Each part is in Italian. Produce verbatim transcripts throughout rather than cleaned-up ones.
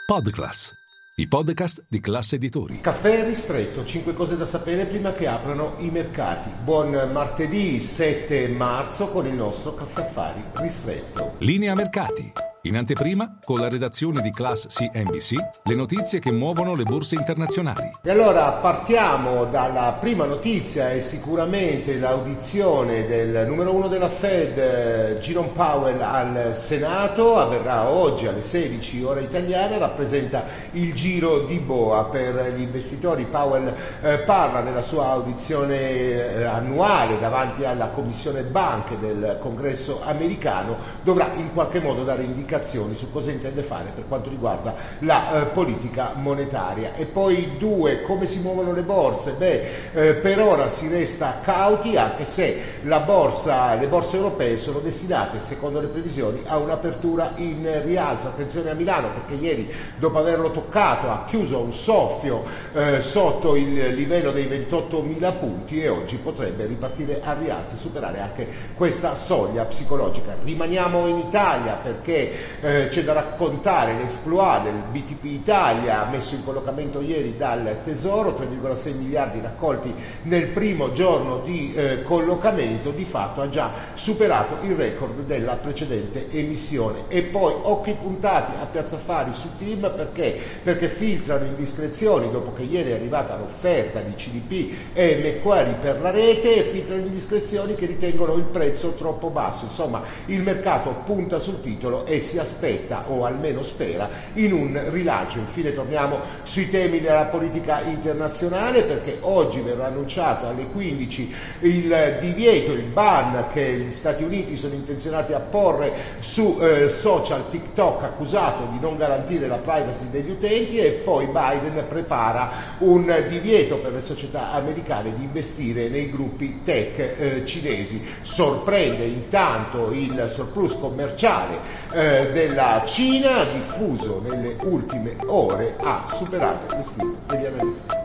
Podclass, i podcast di Classe Editori. Caffè ristretto, cinque cose da sapere prima che aprano i mercati. Buon martedì sette marzo con il nostro Caffè Affari ristretto. Linea mercati. In anteprima, con la redazione di Class C N B C, le notizie che muovono le borse internazionali. E allora partiamo dalla prima notizia, è sicuramente l'audizione del numero uno della Fed, Jerome Powell, al Senato. Avverrà oggi alle sedici ora italiana, rappresenta il giro di boa per gli investitori. Powell eh, parla nella sua audizione eh, annuale davanti alla Commissione Banche del Congresso americano, dovrà in qualche modo dare indicazioni su cosa intende fare per quanto riguarda la eh, politica monetaria. E poi due, come si muovono le borse? Beh, eh, per ora si resta cauti, anche se la borsa, le borse europee sono destinate, secondo le previsioni, a un'apertura in rialzo. Attenzione a Milano, perché ieri, dopo averlo toccato, ha chiuso un soffio eh, sotto il livello dei ventottomila punti e oggi potrebbe ripartire a rialzo e superare anche questa soglia psicologica. Rimaniamo in Italia perché Eh, c'è da raccontare l'exploit del B T P Italia, messo in collocamento ieri dal Tesoro, tre virgola sei miliardi raccolti nel primo giorno di eh, collocamento. Di fatto ha già superato il record della precedente emissione. E poi occhi puntati a Piazza Affari su Tim, perché? Perché filtrano indiscrezioni dopo che ieri è arrivata l'offerta di C D P e Macquarie per la rete, e filtrano indiscrezioni che ritengono il prezzo troppo basso. Insomma, il mercato punta sul titolo e si aspetta, o almeno spera, in un rilancio. Infine torniamo sui temi della politica internazionale, perché oggi verrà annunciato alle quindici il divieto, il ban che gli Stati Uniti sono intenzionati a porre su eh, social TikTok, accusato di non garantire la privacy degli utenti. E poi Biden prepara un divieto per le società americane di investire nei gruppi tech eh, cinesi. Sorprende intanto il surplus commerciale eh, della Cina, diffuso nelle ultime ore, ha superato le stime degli analisti.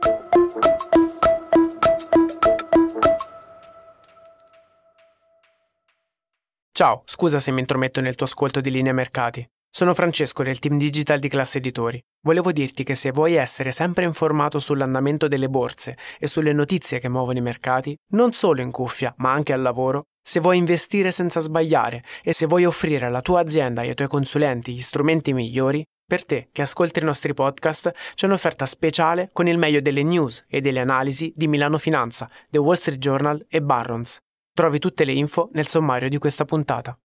Ciao, scusa se mi intrometto nel tuo ascolto di Linea Mercati. Sono Francesco del team digital di Classe Editori. Volevo dirti che se vuoi essere sempre informato sull'andamento delle borse e sulle notizie che muovono i mercati, non solo in cuffia, ma anche al lavoro, se vuoi investire senza sbagliare e se vuoi offrire alla tua azienda e ai tuoi consulenti gli strumenti migliori, per te che ascolti i nostri podcast c'è un'offerta speciale con il meglio delle news e delle analisi di Milano Finanza, The Wall Street Journal e Barron's. Trovi tutte le info nel sommario di questa puntata.